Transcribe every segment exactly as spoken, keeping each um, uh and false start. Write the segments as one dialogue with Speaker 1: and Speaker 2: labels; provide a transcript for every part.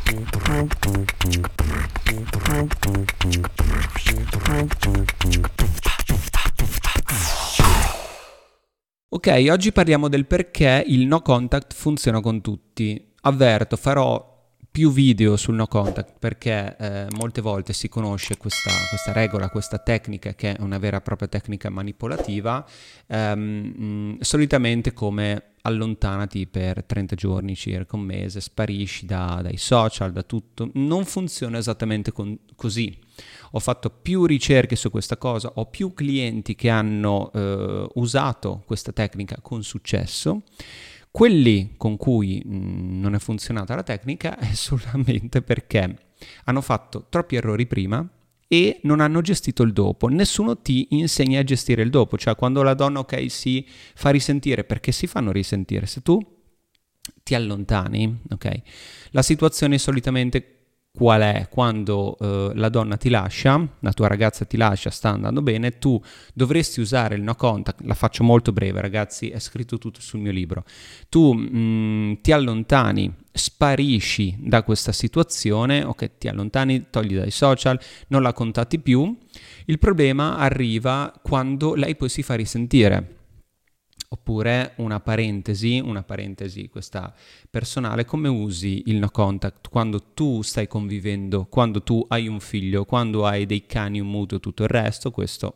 Speaker 1: Ok, oggi parliamo del perché il no contact funziona con tutti. Avverto, farò più video sul no contact perché eh, molte volte si conosce questa, questa regola, questa tecnica che è una vera e propria tecnica manipolativa, ehm, mh, solitamente come allontanati per trenta giorni, circa un mese, sparisci da, dai social, da tutto. Non funziona esattamente con, così. Ho fatto più ricerche su questa cosa, ho più clienti che hanno eh, usato questa tecnica con successo. Quelli con cui mh, non è funzionata la tecnica è solamente perché hanno fatto troppi errori prima e non hanno gestito il dopo. Nessuno ti insegna a gestire il dopo, cioè quando la donna ok si fa risentire, perché si fanno risentire, se tu ti allontani, ok, la situazione solitamente qual è? Quando uh, la donna ti lascia, la tua ragazza ti lascia, sta andando bene, tu dovresti usare il no contact, la faccio molto breve ragazzi, è scritto tutto sul mio libro, tu mh, ti allontani, sparisci da questa situazione, ok, ti allontani, togli dai social, non la contatti più, il problema arriva quando lei poi si fa risentire. Oppure una parentesi, una parentesi questa personale, come usi il no contact quando tu stai convivendo, quando tu hai un figlio, quando hai dei cani, un mutuo e tutto il resto, questo,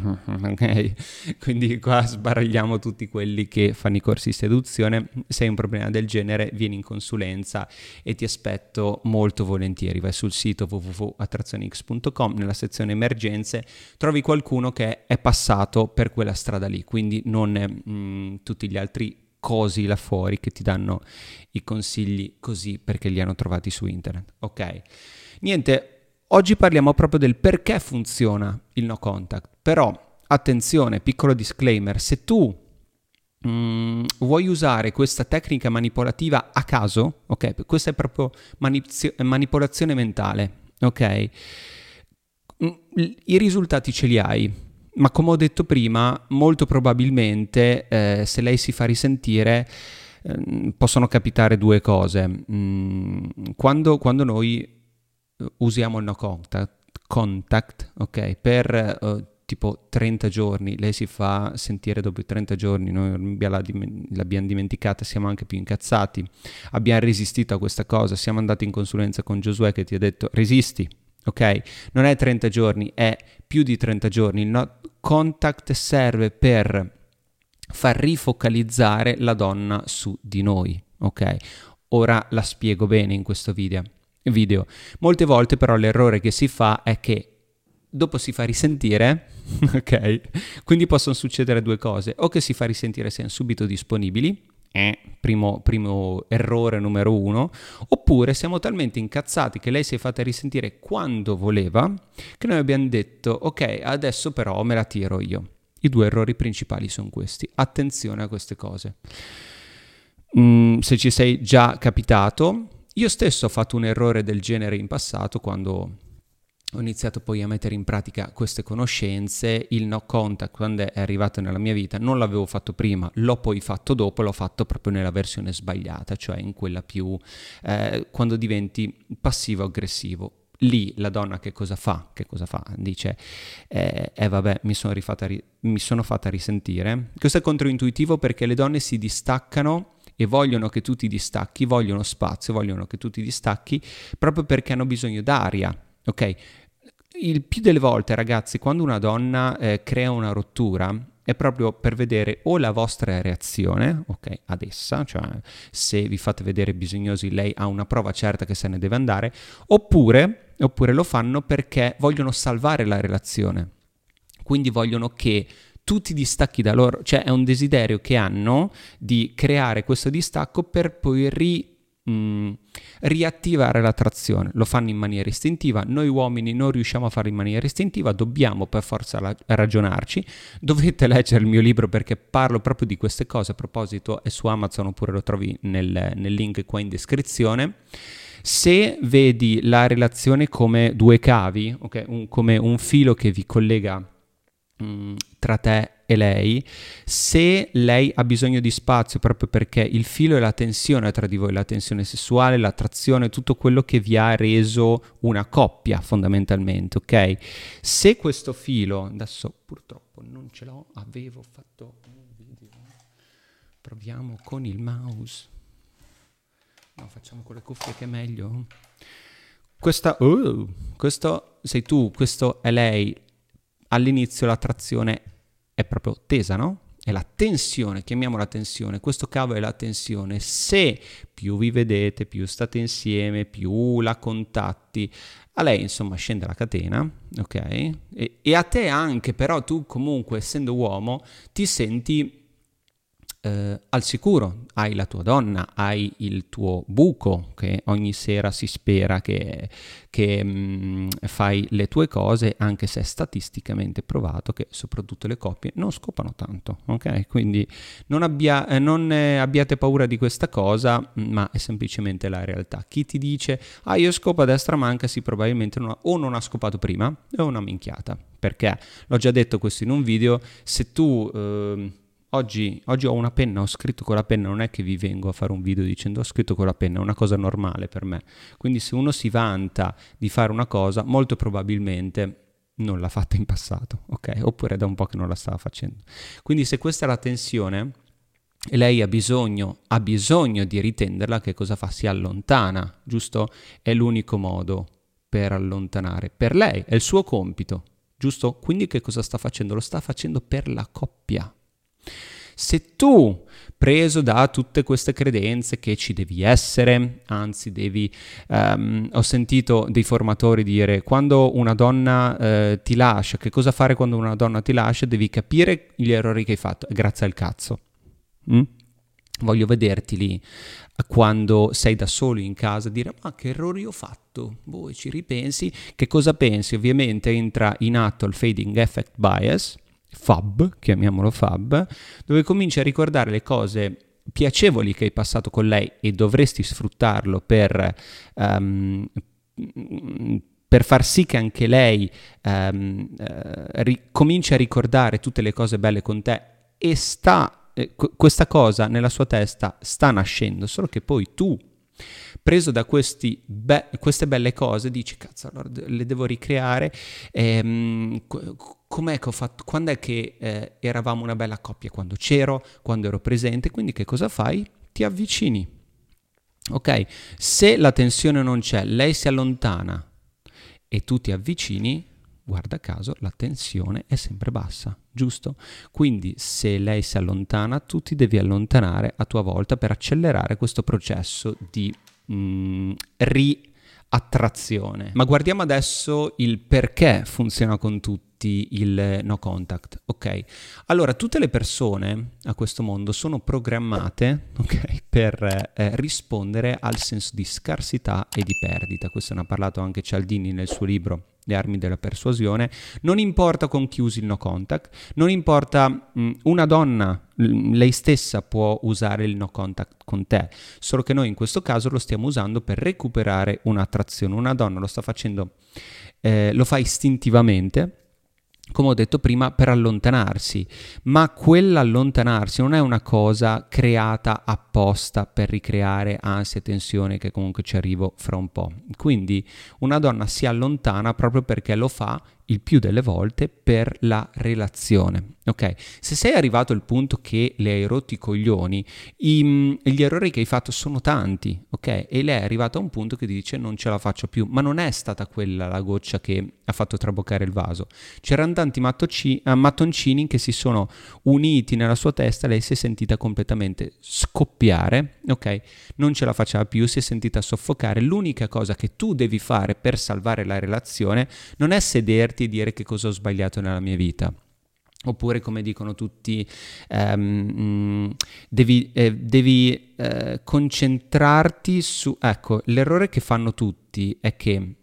Speaker 1: ok? Quindi qua sbaragliamo tutti quelli che fanno i corsi di seduzione, se hai un problema del genere vieni in consulenza e ti aspetto molto volentieri, vai sul sito w w w punto attrazionix punto com, nella sezione emergenze, trovi qualcuno che è passato per quella strada lì, quindi non tutti gli altri cosi là fuori che ti danno i consigli così perché li hanno trovati su internet. Ok, niente, oggi parliamo proprio del perché funziona il no contact, però attenzione, piccolo disclaimer, se tu mm, vuoi usare questa tecnica manipolativa a caso, ok, questa è proprio manipzio- manipolazione mentale, ok, i risultati ce li hai. Ma come ho detto prima, molto probabilmente eh, se lei si fa risentire eh, possono capitare due cose. Mm, quando, quando noi usiamo il no contact, contact ok, per eh, tipo trenta giorni, lei si fa sentire dopo i trenta giorni, noi l'abbiamo dimenticata, siamo anche più incazzati, abbiamo resistito a questa cosa, siamo andati in consulenza con Giosuè che ti ha detto resisti. Ok? Non è trenta giorni, è più di trenta giorni. Il no contact serve per far rifocalizzare la donna su di noi, ok? Ora la spiego bene in questo video. video. Molte volte però l'errore che si fa è che dopo si fa risentire, ok? Quindi possono succedere due cose, o che si fa risentire siamo subito disponibili, Eh, primo, primo errore numero uno, oppure siamo talmente incazzati che lei si è fatta risentire quando voleva che noi abbiamo detto ok, adesso però me la tiro io. I due errori principali sono questi, attenzione a queste cose. Mm, se ci sei già capitato, io stesso ho fatto un errore del genere in passato quando ho iniziato poi a mettere in pratica queste conoscenze. Il no contact, quando è arrivato nella mia vita, non l'avevo fatto prima, l'ho poi fatto dopo, l'ho fatto proprio nella versione sbagliata, cioè in quella più eh, quando diventi passivo-aggressivo. Lì la donna che cosa fa? Che cosa fa? Dice, eh, eh vabbè, mi sono, rifatta ri- mi sono fatta risentire. Questo è controintuitivo perché le donne si distaccano e vogliono che tu ti distacchi, vogliono spazio, vogliono che tu ti distacchi, proprio perché hanno bisogno d'aria, ok? Il più delle volte, ragazzi, quando una donna eh, crea una rottura è proprio per vedere o la vostra reazione, ok, ad essa, cioè se vi fate vedere bisognosi lei ha una prova certa che se ne deve andare, oppure, oppure lo fanno perché vogliono salvare la relazione, quindi vogliono che tu ti distacchi da loro, cioè è un desiderio che hanno di creare questo distacco per poi ri Mm, riattivare l'attrazione. Lo fanno in maniera istintiva, noi uomini non riusciamo a farlo in maniera istintiva, dobbiamo per forza la- ragionarci. Dovete leggere il mio libro perché parlo proprio di queste cose. A proposito, è su Amazon oppure lo trovi nel, nel link qua in descrizione. Se vedi la relazione come due cavi, okay, un, come un filo che vi collega mh, tra te e lei, se lei ha bisogno di spazio proprio perché il filo e la tensione tra di voi, la tensione sessuale, l'attrazione, tutto quello che vi ha reso una coppia fondamentalmente, ok? Se questo filo, adesso purtroppo non ce l'ho, avevo fatto un video, proviamo con il mouse, no, facciamo con le cuffie che è meglio. Questa, uh, questo sei tu, questo è lei. All'inizio l'attrazione è proprio tesa, no? È la tensione, chiamiamola tensione. Questo cavo è la tensione. Se più vi vedete, più state insieme, più la contatti, a lei insomma scende la catena, ok? E, e a te anche, però tu comunque essendo uomo ti senti Uh, al sicuro, hai la tua donna, hai il tuo buco che ogni sera si spera che, che mh, fai le tue cose, anche se è statisticamente provato che soprattutto le coppie non scopano tanto, ok? Quindi non, abbia, eh, non eh, abbiate paura di questa cosa, ma è semplicemente la realtà. Chi ti dice ah io scopo a destra manca, sì, probabilmente non ha, o non ha scopato prima o è una minchiata, perché l'ho già detto questo in un video, se tu eh, Oggi, oggi ho una penna, ho scritto con la penna, non è che vi vengo a fare un video dicendo ho scritto con la penna, è una cosa normale per me. Quindi se uno si vanta di fare una cosa, molto probabilmente non l'ha fatta in passato, ok? Oppure è da un po' che non la stava facendo. Quindi se questa è la tensione e lei ha bisogno, ha bisogno di ritenderla, che cosa fa? Si allontana, giusto? È l'unico modo per allontanare. Per lei è il suo compito, giusto? Quindi che cosa sta facendo? Lo sta facendo per la coppia. Se tu, preso da tutte queste credenze che ci devi essere, anzi devi, um, ho sentito dei formatori dire quando una donna uh, ti lascia, che cosa fare quando una donna ti lascia, devi capire gli errori che hai fatto, grazie al cazzo. Mm? Voglio vederti lì quando sei da solo in casa dire ma che errori ho fatto, voi ci ripensi, che cosa pensi? Ovviamente entra in atto il fading effect bias, F A B, chiamiamolo F A B, dove cominci a ricordare le cose piacevoli che hai passato con lei e dovresti sfruttarlo per, um, per far sì che anche lei um, uh, ri- cominci a ricordare tutte le cose belle con te e sta, eh, qu- questa cosa nella sua testa sta nascendo, solo che poi tu, preso da questi be- queste belle cose, dici cazzo, allora le devo ricreare. Ehm, com'è che ho fatto? Quando è che eh, eravamo una bella coppia? Quando c'ero, quando ero presente. Quindi che cosa fai? Ti avvicini. Ok? Se la tensione non c'è, lei si allontana e tu ti avvicini, guarda caso, la tensione è sempre bassa, giusto? Quindi se lei si allontana, tu ti devi allontanare a tua volta per accelerare questo processo di mh, riattrazione. Ma guardiamo adesso il perché funziona con tutti il no contact, ok? Allora, tutte le persone a questo mondo sono programmate, ok, per eh, rispondere al senso di scarsità e di perdita. Questo ne ha parlato anche Cialdini nel suo libro Le armi della persuasione. Non importa con chi usi il no contact, non importa mh, una donna, l- lei stessa può usare il no contact con te, solo che noi in questo caso lo stiamo usando per recuperare un'attrazione. Una donna lo sta facendo, eh, lo fa istintivamente, come ho detto prima, per allontanarsi, ma quell'allontanarsi non è una cosa creata apposta per ricreare ansia e tensione, che comunque ci arrivo fra un po'. Quindi una donna si allontana proprio perché lo fa il più delle volte per la relazione, ok? Se sei arrivato al punto che le hai rotti i coglioni, i, gli errori che hai fatto sono tanti, ok? E lei è arrivata a un punto che ti dice non ce la faccio più, ma non è stata quella la goccia che ha fatto traboccare il vaso. C'erano tanti mattoci, uh, mattoncini che si sono uniti nella sua testa, lei si è sentita completamente scoppiare, ok? Non ce la faceva più, si è sentita soffocare. L'unica cosa che tu devi fare per salvare la relazione non è sederti e dire che cosa ho sbagliato nella mia vita. Oppure, come dicono tutti, ehm, devi, eh, devi eh, concentrarti su... Ecco, l'errore che fanno tutti è che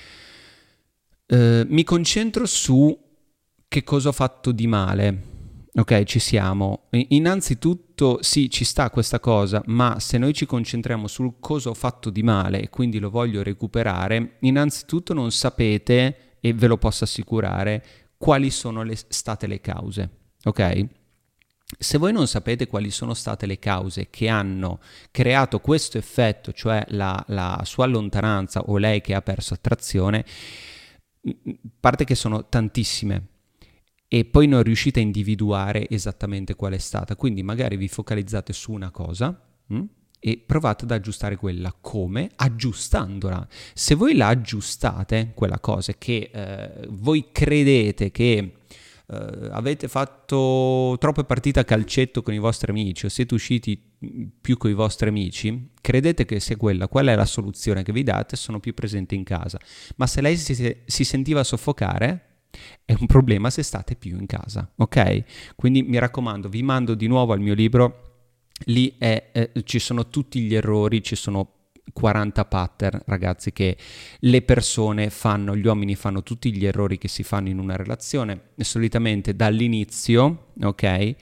Speaker 1: eh, mi concentro su che cosa ho fatto di male. Ok, ci siamo. Innanzitutto sì, ci sta questa cosa, ma se noi ci concentriamo sul cosa ho fatto di male e quindi lo voglio recuperare, innanzitutto non sapete, e ve lo posso assicurare, quali sono le, state le cause. ok? Se voi non sapete quali sono state le cause che hanno creato questo effetto, cioè la, la sua lontananza o lei che ha perso attrazione, a parte che sono tantissime e poi non riuscite a individuare esattamente qual è stata, quindi magari vi focalizzate su una cosa mh? e provate ad aggiustare quella. Come? Aggiustandola. Se voi la aggiustate, quella cosa che eh, voi credete che Uh, avete fatto troppe partite a calcetto con i vostri amici o siete usciti più con i vostri amici, credete che sia quella, qual è la soluzione che vi date? Sono più presente in casa. Ma se lei si, si sentiva soffocare, è un problema se state più in casa, ok? Quindi mi raccomando, vi mando di nuovo al mio libro, lì è, eh, ci sono tutti gli errori, ci sono quaranta pattern, ragazzi, che le persone fanno, gli uomini fanno tutti gli errori che si fanno in una relazione, solitamente dall'inizio, ok,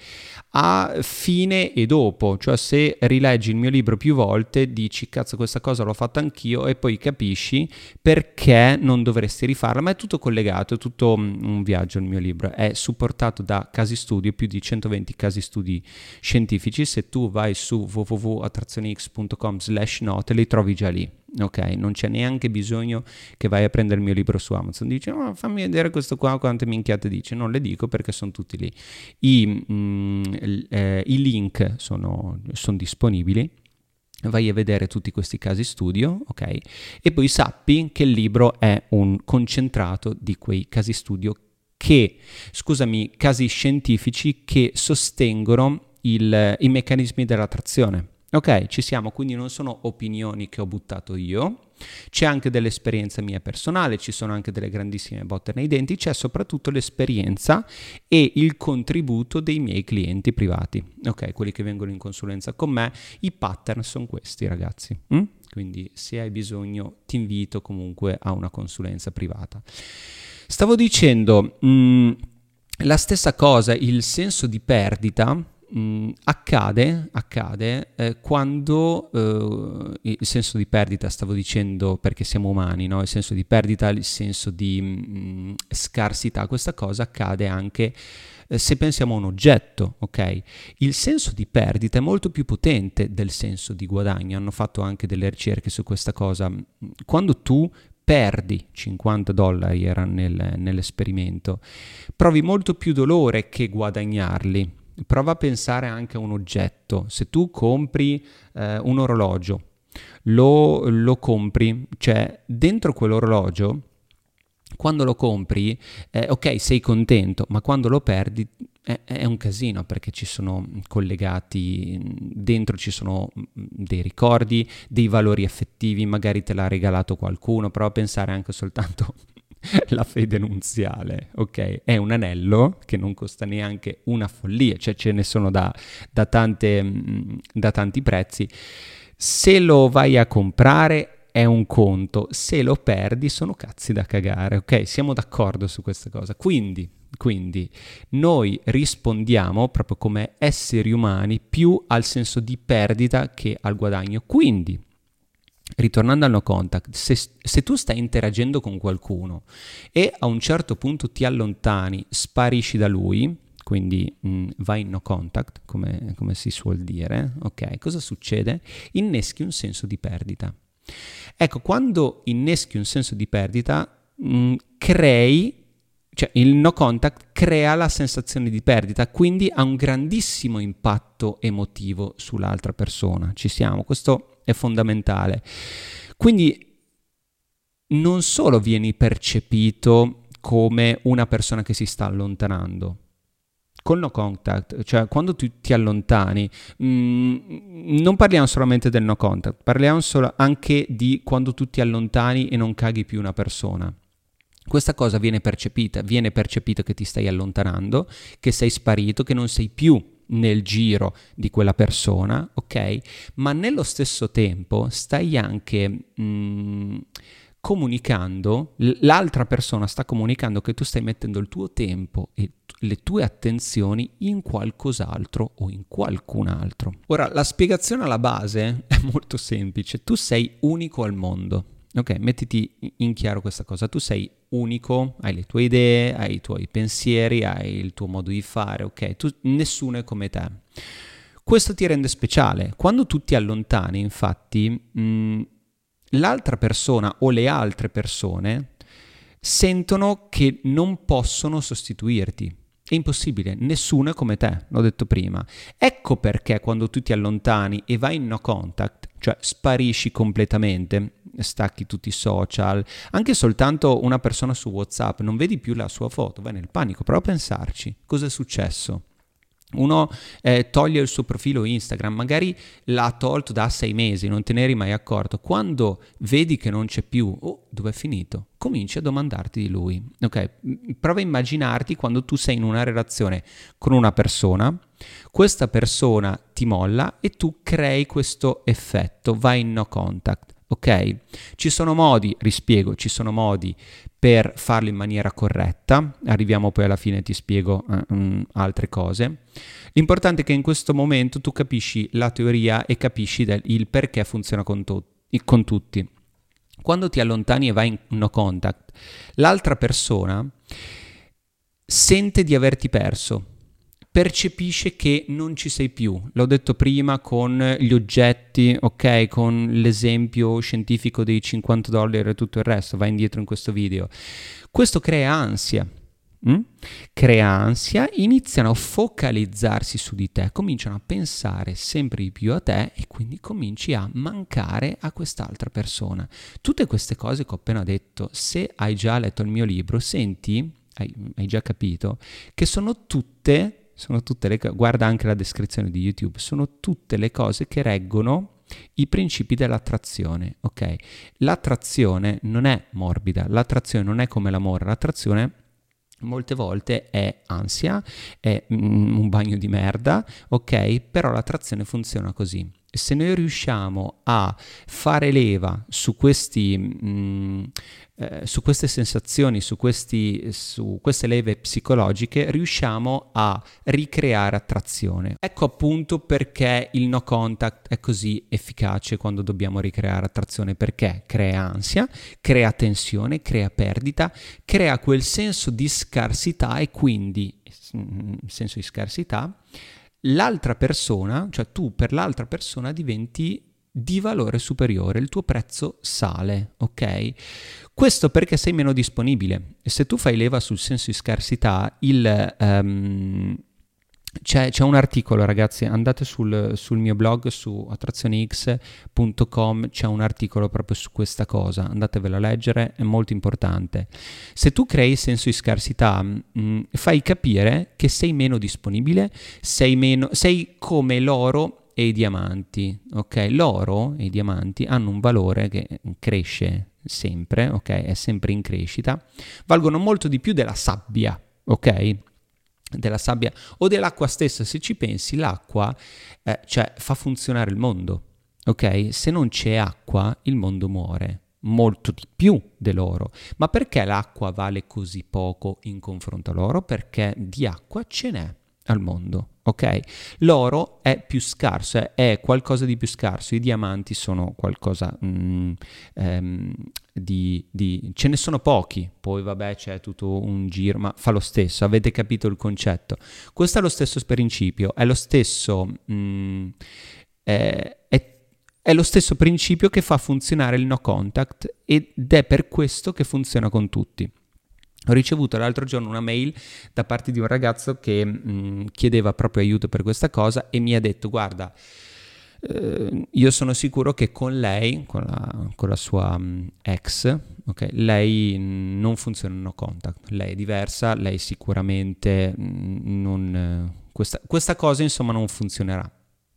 Speaker 1: a fine e dopo. Cioè, se rileggi il mio libro più volte dici cazzo, questa cosa l'ho fatta anch'io, e poi capisci perché non dovresti rifarla. Ma è tutto collegato, è tutto un viaggio. Il mio libro è supportato da casi studio, più di centoventi casi studi scientifici. Se tu vai su w w w punto attrazionix punto com slash note li trovi già lì, ok? Non c'è neanche bisogno che vai a prendere il mio libro su Amazon. Dice oh, fammi vedere questo qua, quante minchiate dice. Non le dico perché sono tutti lì. I, mm, eh, i link sono, sono disponibili. Vai a vedere tutti questi casi studio, ok? E poi sappi che il libro è un concentrato di quei casi studio che, scusami, casi scientifici che sostengono il, i meccanismi dell'attrazione. Ok, ci siamo, quindi non sono opinioni che ho buttato io, c'è anche dell'esperienza mia personale, ci sono anche delle grandissime botte nei denti, c'è soprattutto l'esperienza e il contributo dei miei clienti privati, ok, quelli che vengono in consulenza con me. I pattern sono questi, ragazzi, mm? Quindi se hai bisogno ti invito comunque a una consulenza privata. Stavo dicendo, mh, la stessa cosa, il senso di perdita. Mm, accade, accade eh, quando eh, il senso di perdita, stavo dicendo perché siamo umani, no? Il senso di perdita, il senso di mm, scarsità, questa cosa accade anche eh, se pensiamo a un oggetto, ok? Il senso di perdita è molto più potente del senso di guadagno, hanno fatto anche delle ricerche su questa cosa. Quando tu perdi cinquanta dollari, era nel, nell'esperimento, provi molto più dolore che guadagnarli. Prova a pensare anche a un oggetto. Se tu compri eh, un orologio, lo, lo compri, cioè dentro quell'orologio, quando lo compri, eh, ok, sei contento, ma quando lo perdi è, è un casino, perché ci sono collegati, dentro ci sono dei ricordi, dei valori affettivi, magari te l'ha regalato qualcuno. Prova a pensare anche soltanto la fede nuziale, ok? È un anello che non costa neanche una follia, cioè ce ne sono da, da, tante, da tanti prezzi. Se lo vai a comprare è un conto, se lo perdi sono cazzi da cagare, ok? Siamo d'accordo su questa cosa. Quindi, quindi noi rispondiamo proprio come esseri umani più al senso di perdita che al guadagno. Quindi, ritornando al no contact, se, se tu stai interagendo con qualcuno e a un certo punto ti allontani, sparisci da lui, quindi mh, vai in no contact, come, come si suol dire, ok, cosa succede? Inneschi un senso di perdita. Ecco, quando inneschi un senso di perdita, mh, crei, cioè il no contact crea la sensazione di perdita, quindi ha un grandissimo impatto emotivo sull'altra persona. Ci siamo, questo è fondamentale. Quindi non solo vieni percepito come una persona che si sta allontanando, col no contact, cioè quando tu ti allontani, mh, non parliamo solamente del no contact, parliamo solo anche di quando tu ti allontani e non caghi più una persona. Questa cosa viene percepita, viene percepito che ti stai allontanando, che sei sparito, che non sei più nel giro di quella persona, ok? Ma nello stesso tempo stai anche mh, comunicando, l'altra persona sta comunicando che tu stai mettendo il tuo tempo e le tue attenzioni in qualcos'altro o in qualcun altro. Ora, la spiegazione alla base è molto semplice. Tu sei unico al mondo. Ok, mettiti in chiaro questa cosa. Tu sei unico, hai le tue idee, hai i tuoi pensieri, hai il tuo modo di fare, ok? Tu, nessuno è come te. Questo ti rende speciale. Quando tu ti allontani, infatti, mh, l'altra persona o le altre persone sentono che non possono sostituirti. È impossibile, nessuno è come te, l'ho detto prima. Ecco perché quando tu ti allontani e vai in no contact, cioè sparisci completamente, stacchi tutti i social, anche soltanto una persona su WhatsApp, non vedi più la sua foto, vai nel panico, prova a pensarci, cosa è successo? Uno eh, toglie il suo profilo Instagram, magari l'ha tolto da sei mesi, non te ne eri mai accorto. Quando vedi che non c'è più, oh, dove è finito? Cominci a domandarti di lui. Ok, prova a immaginarti quando tu sei in una relazione con una persona, questa persona ti molla e tu crei questo effetto, vai in no contact. Ok? Ci sono modi, rispiego, ci sono modi per farlo in maniera corretta, arriviamo poi alla fine e ti spiego uh, um, altre cose. L'importante è che in questo momento tu capisci la teoria e capisci del, il perché funziona con, to- con tutti. Quando ti allontani e vai in no contact, l'altra persona sente di averti perso, percepisce che non ci sei più. L'ho detto prima con gli oggetti, ok, con l'esempio scientifico dei cinquanta dollari e tutto il resto, vai indietro in questo video. Questo crea ansia. Mm? Crea ansia, iniziano a focalizzarsi su di te, cominciano a pensare sempre di più a te e quindi cominci a mancare a quest'altra persona. Tutte queste cose che ho appena detto, se hai già letto il mio libro, senti, hai, hai già capito, che sono tutte... Sono tutte le cose, guarda anche la descrizione di YouTube, sono tutte le cose che reggono i principi dell'attrazione, ok? L'attrazione non è morbida, l'attrazione non è come l'amore, l'attrazione molte volte è ansia, è mm, un bagno di merda, ok? Però l'attrazione funziona così. Se noi riusciamo a fare leva su questi... Mm, Eh, su queste sensazioni, su, questi, su queste leve psicologiche, riusciamo a ricreare attrazione. Ecco appunto perché il no contact è così efficace quando dobbiamo ricreare attrazione, perché crea ansia, crea tensione, crea perdita, crea quel senso di scarsità e quindi, senso di scarsità, l'altra persona, cioè tu per l'altra persona diventi di valore superiore, il tuo prezzo sale, ok? Questo perché sei meno disponibile. E se tu fai leva sul senso di scarsità, il, um, c'è, c'è un articolo, ragazzi, andate sul, sul mio blog su attrazione x punto com, c'è un articolo proprio su questa cosa, andatevelo a leggere, è molto importante. Se tu crei senso di scarsità, mh, fai capire che sei meno disponibile, sei, meno, sei come l'oro e i diamanti, ok? L'oro e i diamanti hanno un valore che cresce sempre, ok? È sempre in crescita, valgono molto di più della sabbia, ok? Della sabbia o dell'acqua stessa. Se ci pensi, l'acqua eh, cioè fa funzionare il mondo, ok? Se non c'è acqua, il mondo muore, molto di più dell'oro. Ma perché l'acqua vale così poco in confronto all'oro? Perché di acqua ce n'è al mondo, ok? L'oro è più scarso, è, è qualcosa di più scarso, i diamanti sono qualcosa mm, ehm, di, di... ce ne sono pochi, poi vabbè c'è tutto un giro, ma fa lo stesso, avete capito il concetto. Questo è lo stesso principio, è lo stesso... Mm, è, è È lo stesso principio che fa funzionare il no contact ed è per questo che funziona con tutti. Ho ricevuto l'altro giorno una mail da parte di un ragazzo che mh, chiedeva proprio aiuto per questa cosa e mi ha detto: guarda, eh, io sono sicuro che con lei, con la, con la sua mh, ex, okay, lei non funziona no contact, lei è diversa, lei sicuramente mh, non, eh, questa, questa cosa insomma non funzionerà.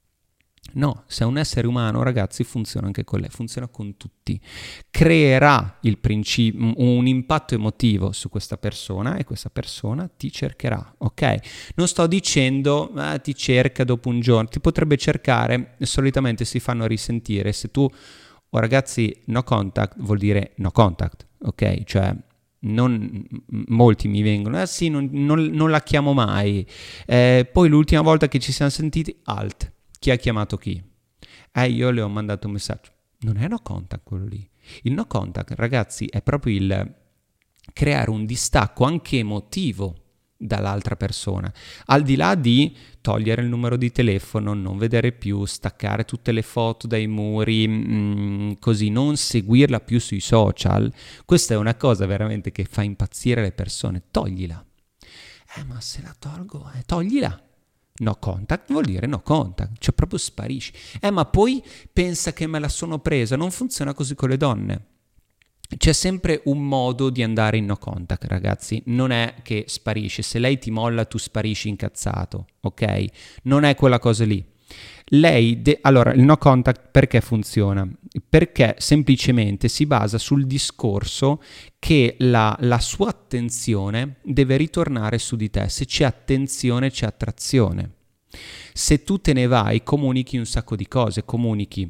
Speaker 1: No, se è un essere umano, ragazzi, funziona anche con lei, funziona con tutti. Creerà il principio, un impatto emotivo su questa persona e questa persona ti cercherà, ok? Non sto dicendo eh, ti cerca dopo un giorno, ti potrebbe cercare, solitamente si fanno risentire. Se tu, oh, ragazzi, no contact vuol dire no contact, ok? Cioè non, molti mi vengono, ah sì, non, non, non la chiamo mai, eh, poi l'ultima volta che ci siamo sentiti, alt. Chi ha chiamato chi? Eh, io le ho mandato un messaggio. Non è no contact quello lì. Il no contact, ragazzi, è proprio il creare un distacco anche emotivo dall'altra persona, al di là di togliere il numero di telefono, non vedere più, staccare tutte le foto dai muri, mh, così, non seguirla più sui social. Questa è una cosa veramente che fa impazzire le persone. Toglila. Eh, ma se la tolgo, eh, toglila. No contact vuol dire no contact, cioè proprio sparisci. Eh, ma poi pensa che me la sono presa. Non funziona così con le donne. C'è sempre un modo di andare in no contact, ragazzi. Non è che sparisci. Se lei ti molla, tu sparisci incazzato, ok? Non è quella cosa lì. Lei, de- allora, il no contact perché funziona? Perché semplicemente si basa sul discorso che la, la sua attenzione deve ritornare su di te. Se c'è attenzione, c'è attrazione. Se tu te ne vai, comunichi un sacco di cose, comunichi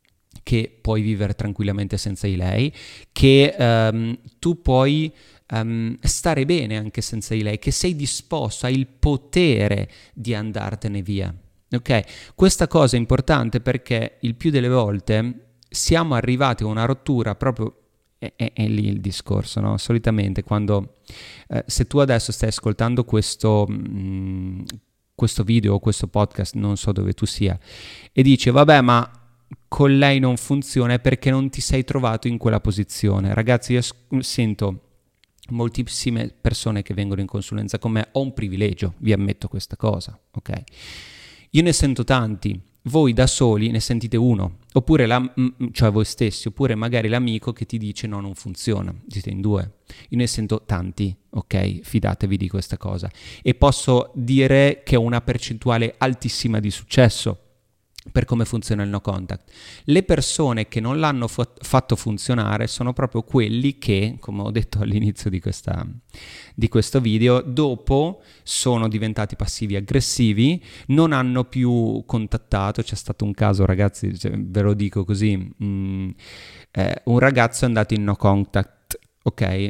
Speaker 1: che puoi vivere tranquillamente senza di lei, che um, tu puoi um, stare bene anche senza di lei, che sei disposto, hai il potere di andartene via. Ok? Questa cosa è importante perché il più delle volte siamo arrivati a una rottura proprio. È, è, è lì il discorso, no? Solitamente quando eh, se tu adesso stai ascoltando questo mh, questo video o questo podcast, non so dove tu sia, e dici vabbè, ma con lei non funziona perché non ti sei trovato in quella posizione. Ragazzi, io sento moltissime persone che vengono in consulenza con me, ho un privilegio, vi ammetto questa cosa, ok? Io ne sento tanti, voi da soli ne sentite uno, oppure la, cioè voi stessi, oppure magari l'amico che ti dice no, non funziona, siete in due. Io ne sento tanti, ok? Fidatevi di questa cosa. E posso dire che ho una percentuale altissima di successo per come funziona il no contact. Le persone che non l'hanno fa- fatto funzionare sono proprio quelli che, come ho detto all'inizio di, questa, di questo video, dopo sono diventati passivi aggressivi, non hanno più contattato. C'è stato un caso, ragazzi, cioè, ve lo dico così, mh, eh, un ragazzo è andato in no contact, ok?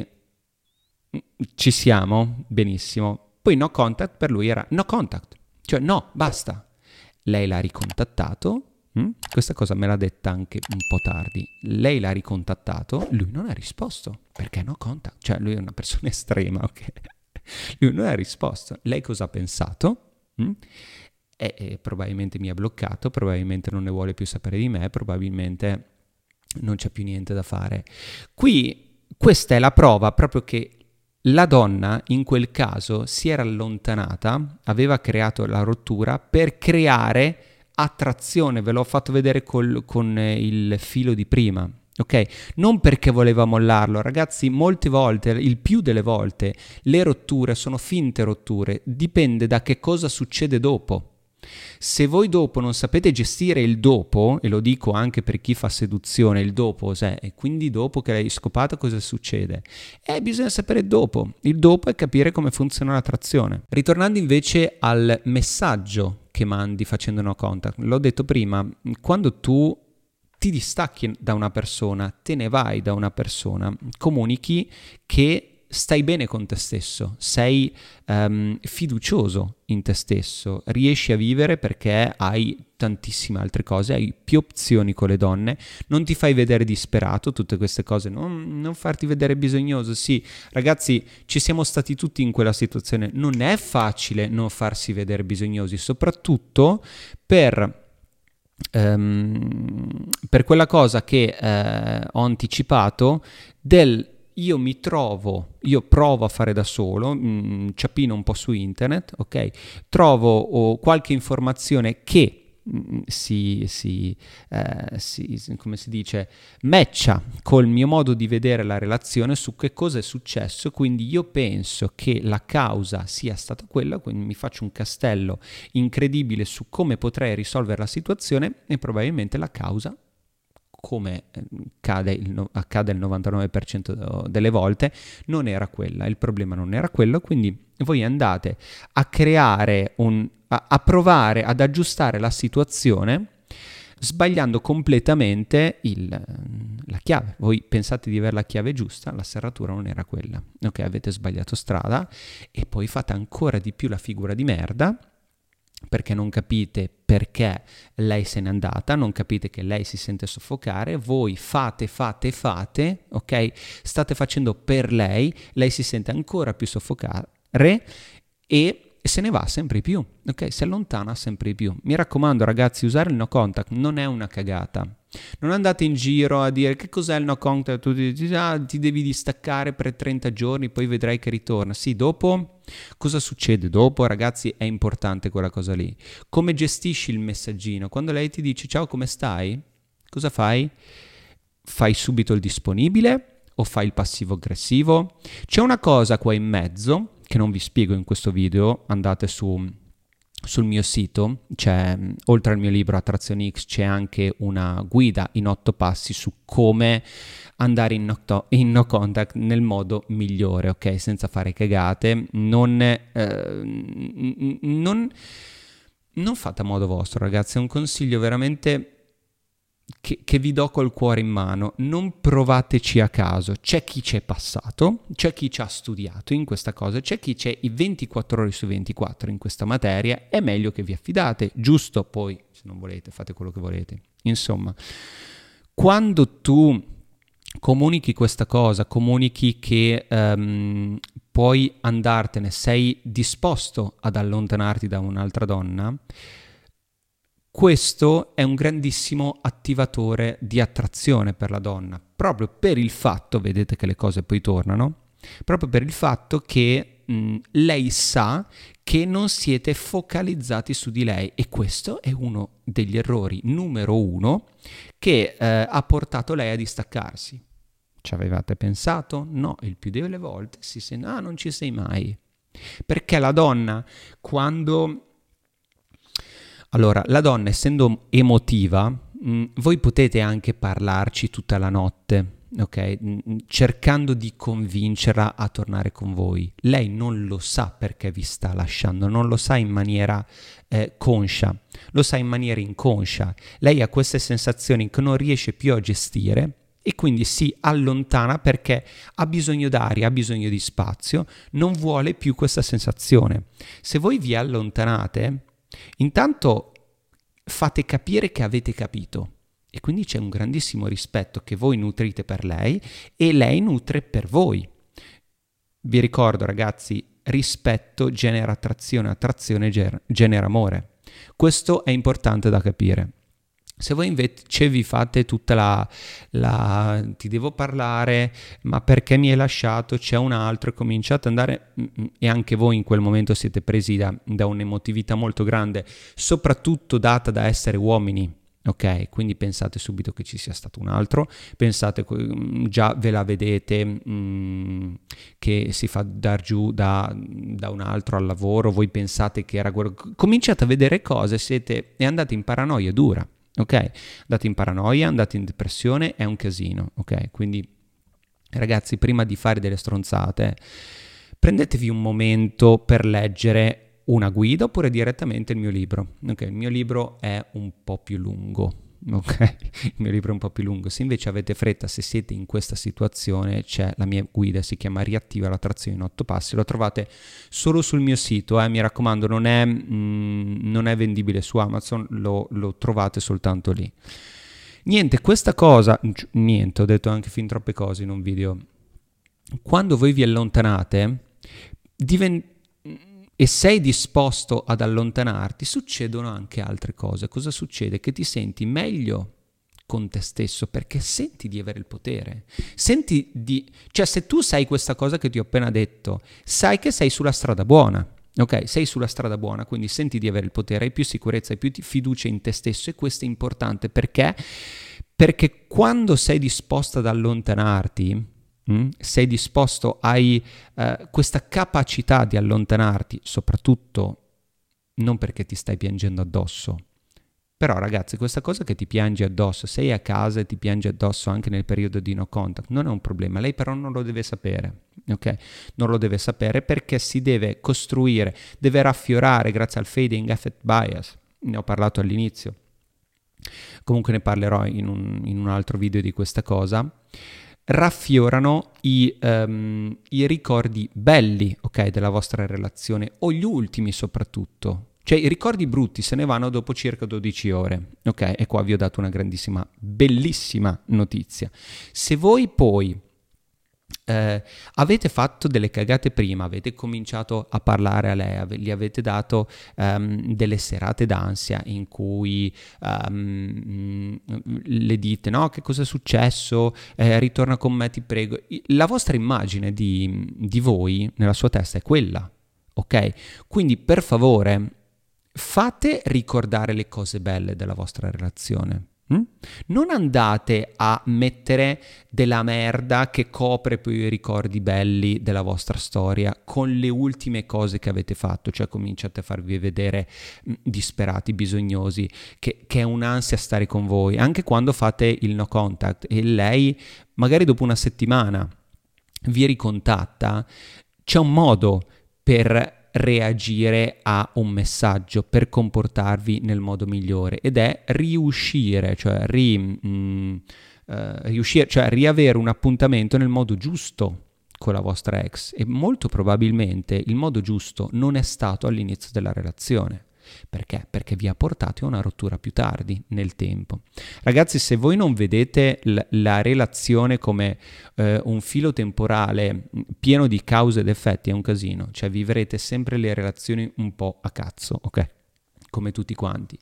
Speaker 1: Ci siamo, benissimo. Poi no contact per lui era no contact, cioè no, basta. Lei l'ha ricontattato, hm? Questa cosa me l'ha detta anche un po' tardi. Lei l'ha ricontattato, lui non ha risposto, perché no contact, cioè lui è una persona estrema, ok? Lui non ha risposto. Lei cosa ha pensato? Hm? E, e probabilmente mi ha bloccato, probabilmente non ne vuole più sapere di me, probabilmente non c'è più niente da fare. Qui questa è la prova proprio che la donna in quel caso si era allontanata, aveva creato la rottura per creare attrazione, ve l'ho fatto vedere col, con il filo di prima, ok? Non perché voleva mollarlo, ragazzi, molte volte, il più delle volte, le rotture sono finte rotture, dipende da che cosa succede dopo. Se voi dopo non sapete gestire il dopo, e lo dico anche per chi fa seduzione, il dopo, cioè, e quindi dopo che l'hai scopato cosa succede? Eh, bisogna sapere il dopo. Il dopo è capire come funziona l'attrazione. Ritornando invece al messaggio che mandi facendo no contact, l'ho detto prima, quando tu ti distacchi da una persona, te ne vai da una persona, comunichi che stai bene con te stesso, sei um, fiducioso in te stesso, riesci a vivere perché hai tantissime altre cose, hai più opzioni con le donne, non ti fai vedere disperato, tutte queste cose, non, non farti vedere bisognoso. Sì, ragazzi, ci siamo stati tutti in quella situazione, non è facile non farsi vedere bisognosi, soprattutto per... Um, per quella cosa che uh, ho anticipato del io mi trovo, io provo a fare da solo, mh, ciappino un po' su internet, ok? Trovo oh, qualche informazione che mh, si, si, eh, si, come si dice, matcha col mio modo di vedere la relazione, su che cosa è successo, quindi io penso che la causa sia stata quella, quindi mi faccio un castello incredibile su come potrei risolvere la situazione e probabilmente la causa, come accade il, accade il novantanove per cento delle volte, non era quella, il problema non era quello, quindi voi andate a creare un, a, a provare ad aggiustare la situazione sbagliando completamente il, la chiave. Voi pensate di avere la chiave giusta, la serratura non era quella, ok? Avete sbagliato strada e poi fate ancora di più la figura di merda perché non capite perché lei se n'è andata, non capite che lei si sente soffocare, voi fate, fate, fate, ok? State facendo per lei, lei si sente ancora più soffocare e se ne va sempre più, ok? Si allontana sempre più. Mi raccomando ragazzi, usare il no contact non è una cagata. Non andate in giro a dire che cos'è il no contact, tu dici, ah, ti devi distaccare per trenta giorni, poi vedrai che ritorna. Sì, dopo cosa succede? Dopo, ragazzi, è importante quella cosa lì. Come gestisci il messaggino? Quando lei ti dice ciao, come stai? Cosa fai? Fai subito il disponibile o fai il passivo aggressivo? C'è una cosa qua in mezzo che non vi spiego in questo video, andate su, sul mio sito, c'è, oltre al mio libro Attrazione X, c'è anche una guida in otto passi su come andare in no, to- in no contact nel modo migliore, ok? Senza fare cagate, non, eh, non, non fate a modo vostro, ragazzi, è un consiglio veramente Che, che vi do col cuore in mano. Non provateci a caso. C'è chi ci è passato, c'è chi ci ha studiato in questa cosa, c'è chi c'è i ventiquattro ore su ventiquattro in questa materia. È meglio che vi affidate, giusto? Poi se non volete fate quello che volete. Insomma, quando tu comunichi questa cosa, comunichi che um, puoi andartene, sei disposto ad allontanarti da un'altra donna, questo è un grandissimo attivatore di attrazione per la donna, proprio per il fatto, vedete che le cose poi tornano, proprio per il fatto che mh, lei sa che non siete focalizzati su di lei, e questo è uno degli errori numero uno che eh, ha portato lei a distaccarsi. Ci avevate pensato? No, il più delle volte si sente, ah, non ci sei mai. Perché la donna, quando... Allora, la donna, essendo emotiva, mh, voi potete anche parlarci tutta la notte, ok? Mh, cercando di convincerla a tornare con voi. Lei non lo sa perché vi sta lasciando, non lo sa in maniera eh, conscia, lo sa in maniera inconscia. Lei ha queste sensazioni che non riesce più a gestire e quindi si allontana perché ha bisogno d'aria, ha bisogno di spazio, non vuole più questa sensazione. Se voi vi allontanate, intanto fate capire che avete capito e quindi c'è un grandissimo rispetto che voi nutrite per lei e lei nutre per voi. Vi ricordo ragazzi, rispetto genera attrazione, attrazione genera amore. Questo è importante da capire. Se voi invece vi fate tutta la, la ti devo parlare, ma perché mi hai lasciato, c'è un altro, e cominciate ad andare, e anche voi in quel momento siete presi da, da un'emotività molto grande, soprattutto data da essere uomini, ok? Quindi pensate subito che ci sia stato un altro, pensate, già ve la vedete mh, che si fa dar giù da, da un altro al lavoro, voi pensate che era quello, cominciate a vedere cose, siete, e andate in paranoia dura. Ok, andate in paranoia, andate in depressione, è un casino, ok? Quindi ragazzi, prima di fare delle stronzate, prendetevi un momento per leggere una guida oppure direttamente il mio libro. Ok, il mio libro è un po' più lungo. Ok, il mio libro è un po' più lungo. Se invece avete fretta, se siete in questa situazione, c'è la mia guida, si chiama Riattiva l'attrazione in otto passi, lo trovate solo sul mio sito, eh, mi raccomando, non è, mm, non è vendibile su Amazon, lo, lo trovate soltanto lì. Niente, questa cosa, niente, ho detto anche fin troppe cose in un video. Quando voi vi allontanate, diventa e sei disposto ad allontanarti, succedono anche altre cose. Cosa succede? Che ti senti meglio con te stesso perché senti di avere il potere. Senti di... Cioè, se tu sai questa cosa che ti ho appena detto, sai che sei sulla strada buona. Ok? Sei sulla strada buona, quindi senti di avere il potere, hai più sicurezza, hai più fiducia in te stesso, e questo è importante perché? Perché quando sei disposto ad allontanarti, Mm? sei disposto, hai uh, questa capacità di allontanarti, soprattutto non perché ti stai piangendo addosso. Però ragazzi, questa cosa che ti piangi addosso, sei a casa e ti piangi addosso anche nel periodo di no contact, non è un problema. Lei però non lo deve sapere, ok? Non lo deve sapere perché si deve costruire, deve raffiorare grazie al fading effect bias. Ne ho parlato all'inizio. Comunque ne parlerò in un, in un altro video di questa cosa. Raffiorano i, um, i ricordi belli, ok, della vostra relazione, o gli ultimi soprattutto. Cioè i ricordi brutti se ne vanno dopo circa dodici ore, ok? E qua vi ho dato una grandissima, bellissima notizia. Se voi poi eh, avete fatto delle cagate prima, avete cominciato a parlare a lei, ave- gli avete dato um, delle serate d'ansia in cui um, le dite no, che cosa è successo, eh, ritorna con me ti prego, la vostra immagine di, di voi nella sua testa è quella, ok? Quindi per favore fate ricordare le cose belle della vostra relazione. Mm? Non andate a mettere della merda che copre poi i ricordi belli della vostra storia con le ultime cose che avete fatto, cioè cominciate a farvi vedere mh, disperati, bisognosi, che, che è un'ansia stare con voi, anche quando fate il no contact e lei magari dopo una settimana vi ricontatta, c'è un modo per reagire a un messaggio, per comportarvi nel modo migliore, ed è riuscire, cioè, ri, mh, uh, riuscire, cioè riavere un appuntamento nel modo giusto con la vostra ex, e molto probabilmente il modo giusto non è stato all'inizio della relazione. Perché? Perché vi ha portato a una rottura più tardi nel tempo. Ragazzi, se voi non vedete l- la relazione come eh, un filo temporale pieno di cause ed effetti, è un casino. Cioè vivrete sempre le relazioni un po' a cazzo, ok? Come tutti quanti.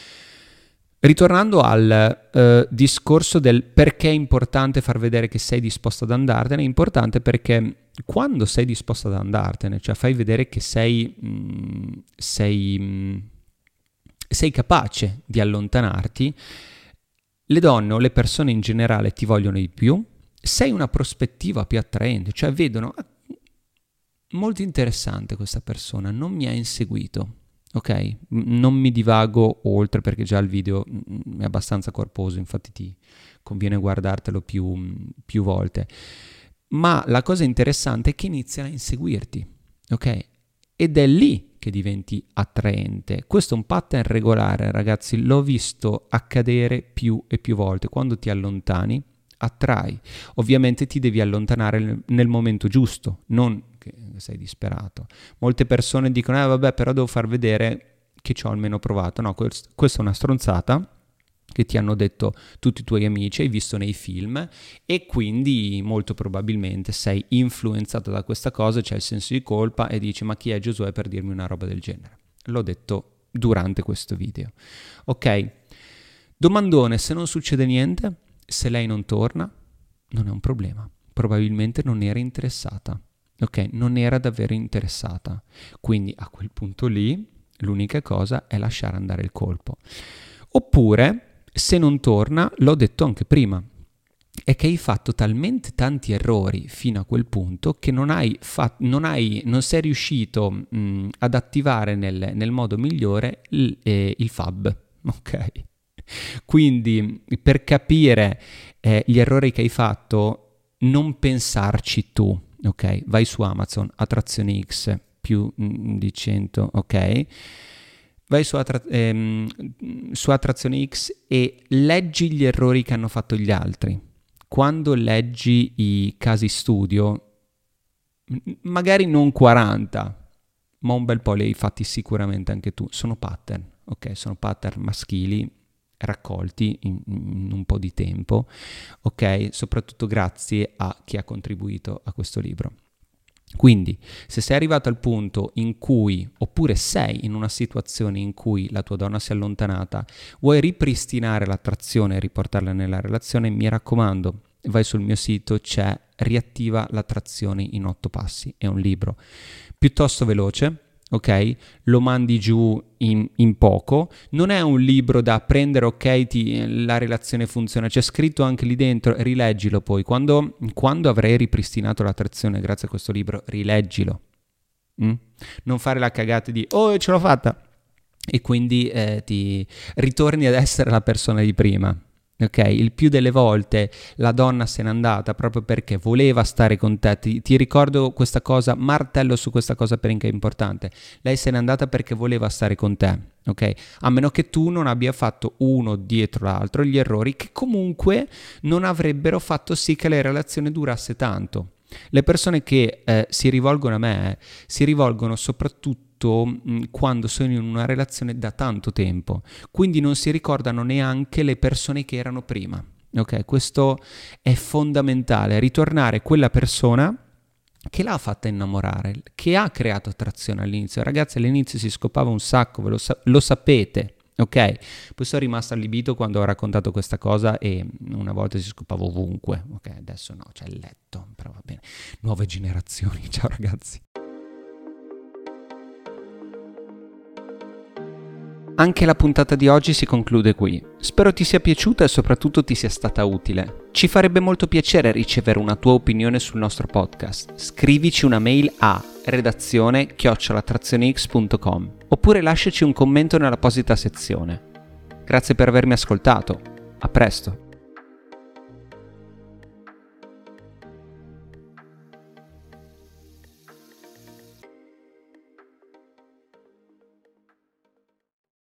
Speaker 1: Ritornando al eh, discorso del perché è importante far vedere che sei disposto ad andartene, è importante perché quando sei disposto ad andartene, cioè fai vedere che sei, mh, sei, mh, sei capace di allontanarti, le donne o le persone in generale ti vogliono di più, sei una prospettiva più attraente, cioè vedono, ah, molto interessante questa persona, non mi ha inseguito. Ok, non mi divago oltre perché già il video è abbastanza corposo, infatti ti conviene guardartelo più, più volte. Ma la cosa interessante è che iniziano a inseguirti, ok? Ed è lì che diventi attraente. Questo è un pattern regolare, ragazzi, l'ho visto accadere più e più volte. Quando ti allontani, attrai. Ovviamente ti devi allontanare nel momento giusto, non che sei disperato. Molte persone dicono, eh vabbè, però devo far vedere che ci ho almeno provato. No, quest- questa è una stronzata che ti hanno detto tutti i tuoi amici, hai visto nei film, e quindi molto probabilmente sei influenzato da questa cosa, c'è il senso di colpa e dici, ma chi è Giosuè per dirmi una roba del genere? L'ho detto durante questo video. Ok, domandone, se non succede niente, se lei non torna, non è un problema, probabilmente non era interessata. Ok, non era davvero interessata. Quindi a quel punto lì l'unica cosa è lasciare andare il colpo. Oppure, se non torna, l'ho detto anche prima, è che hai fatto talmente tanti errori fino a quel punto che non hai fatto, non hai, non sei riuscito mh, ad attivare nel, nel modo migliore il, eh, il fab. Ok? Quindi per capire eh, gli errori che hai fatto, non pensarci tu. Ok, vai su Amazon, Attrazione X più di cento, ok? Vai su, attra- ehm, su Attrazione X e leggi gli errori che hanno fatto gli altri. Quando leggi i casi studio, magari non quaranta, ma un bel po' li hai fatti sicuramente anche tu. Sono pattern, ok? Sono pattern maschili raccolti in, in un po' di tempo, ok? Soprattutto grazie a chi ha contribuito a questo libro. Quindi, se sei arrivato al punto in cui, oppure sei in una situazione in cui la tua donna si è allontanata, vuoi ripristinare l'attrazione e riportarla nella relazione, mi raccomando, vai sul mio sito, c'è Riattiva l'attrazione in otto passi, è un libro piuttosto veloce, ok? Lo mandi giù in, in poco, non è un libro da prendere, ok, ti, la relazione funziona, c'è scritto anche lì dentro, rileggilo poi, quando, quando avrai ripristinato l'attrazione grazie a questo libro, rileggilo, mm? Non fare la cagata di, oh, ce l'ho fatta, e quindi eh, ti ritorni ad essere la persona di prima. Ok, il più delle volte la donna se n'è andata proprio perché voleva stare con te. Ti, ti ricordo questa cosa, martello su questa cosa perché è importante. Lei se n'è andata perché voleva stare con te, ok? A meno che tu non abbia fatto uno dietro l'altro gli errori che comunque non avrebbero fatto sì che la relazione durasse tanto. Le persone che eh, si rivolgono a me si rivolgono soprattutto soprattutto mh, quando sono in una relazione da tanto tempo, quindi non si ricordano neanche le persone che erano prima. Ok, questo è fondamentale, ritornare quella persona che l'ha fatta innamorare, che ha creato attrazione all'inizio. Ragazzi, all'inizio si scopava un sacco, ve lo, sa- lo sapete. Ok, poi sono rimasto allibito quando ho raccontato questa cosa e una volta si scopava ovunque, ok, adesso no, c'è il letto, però va bene. Nuove generazioni, ciao ragazzi. Anche la puntata di oggi si conclude qui. Spero ti sia piaciuta e soprattutto ti sia stata utile. Ci farebbe molto piacere ricevere una tua opinione sul nostro podcast. Scrivici una mail a redazione chiocciola trazionix punto com oppure lasciaci un commento nell'apposita sezione. Grazie per avermi ascoltato. A presto.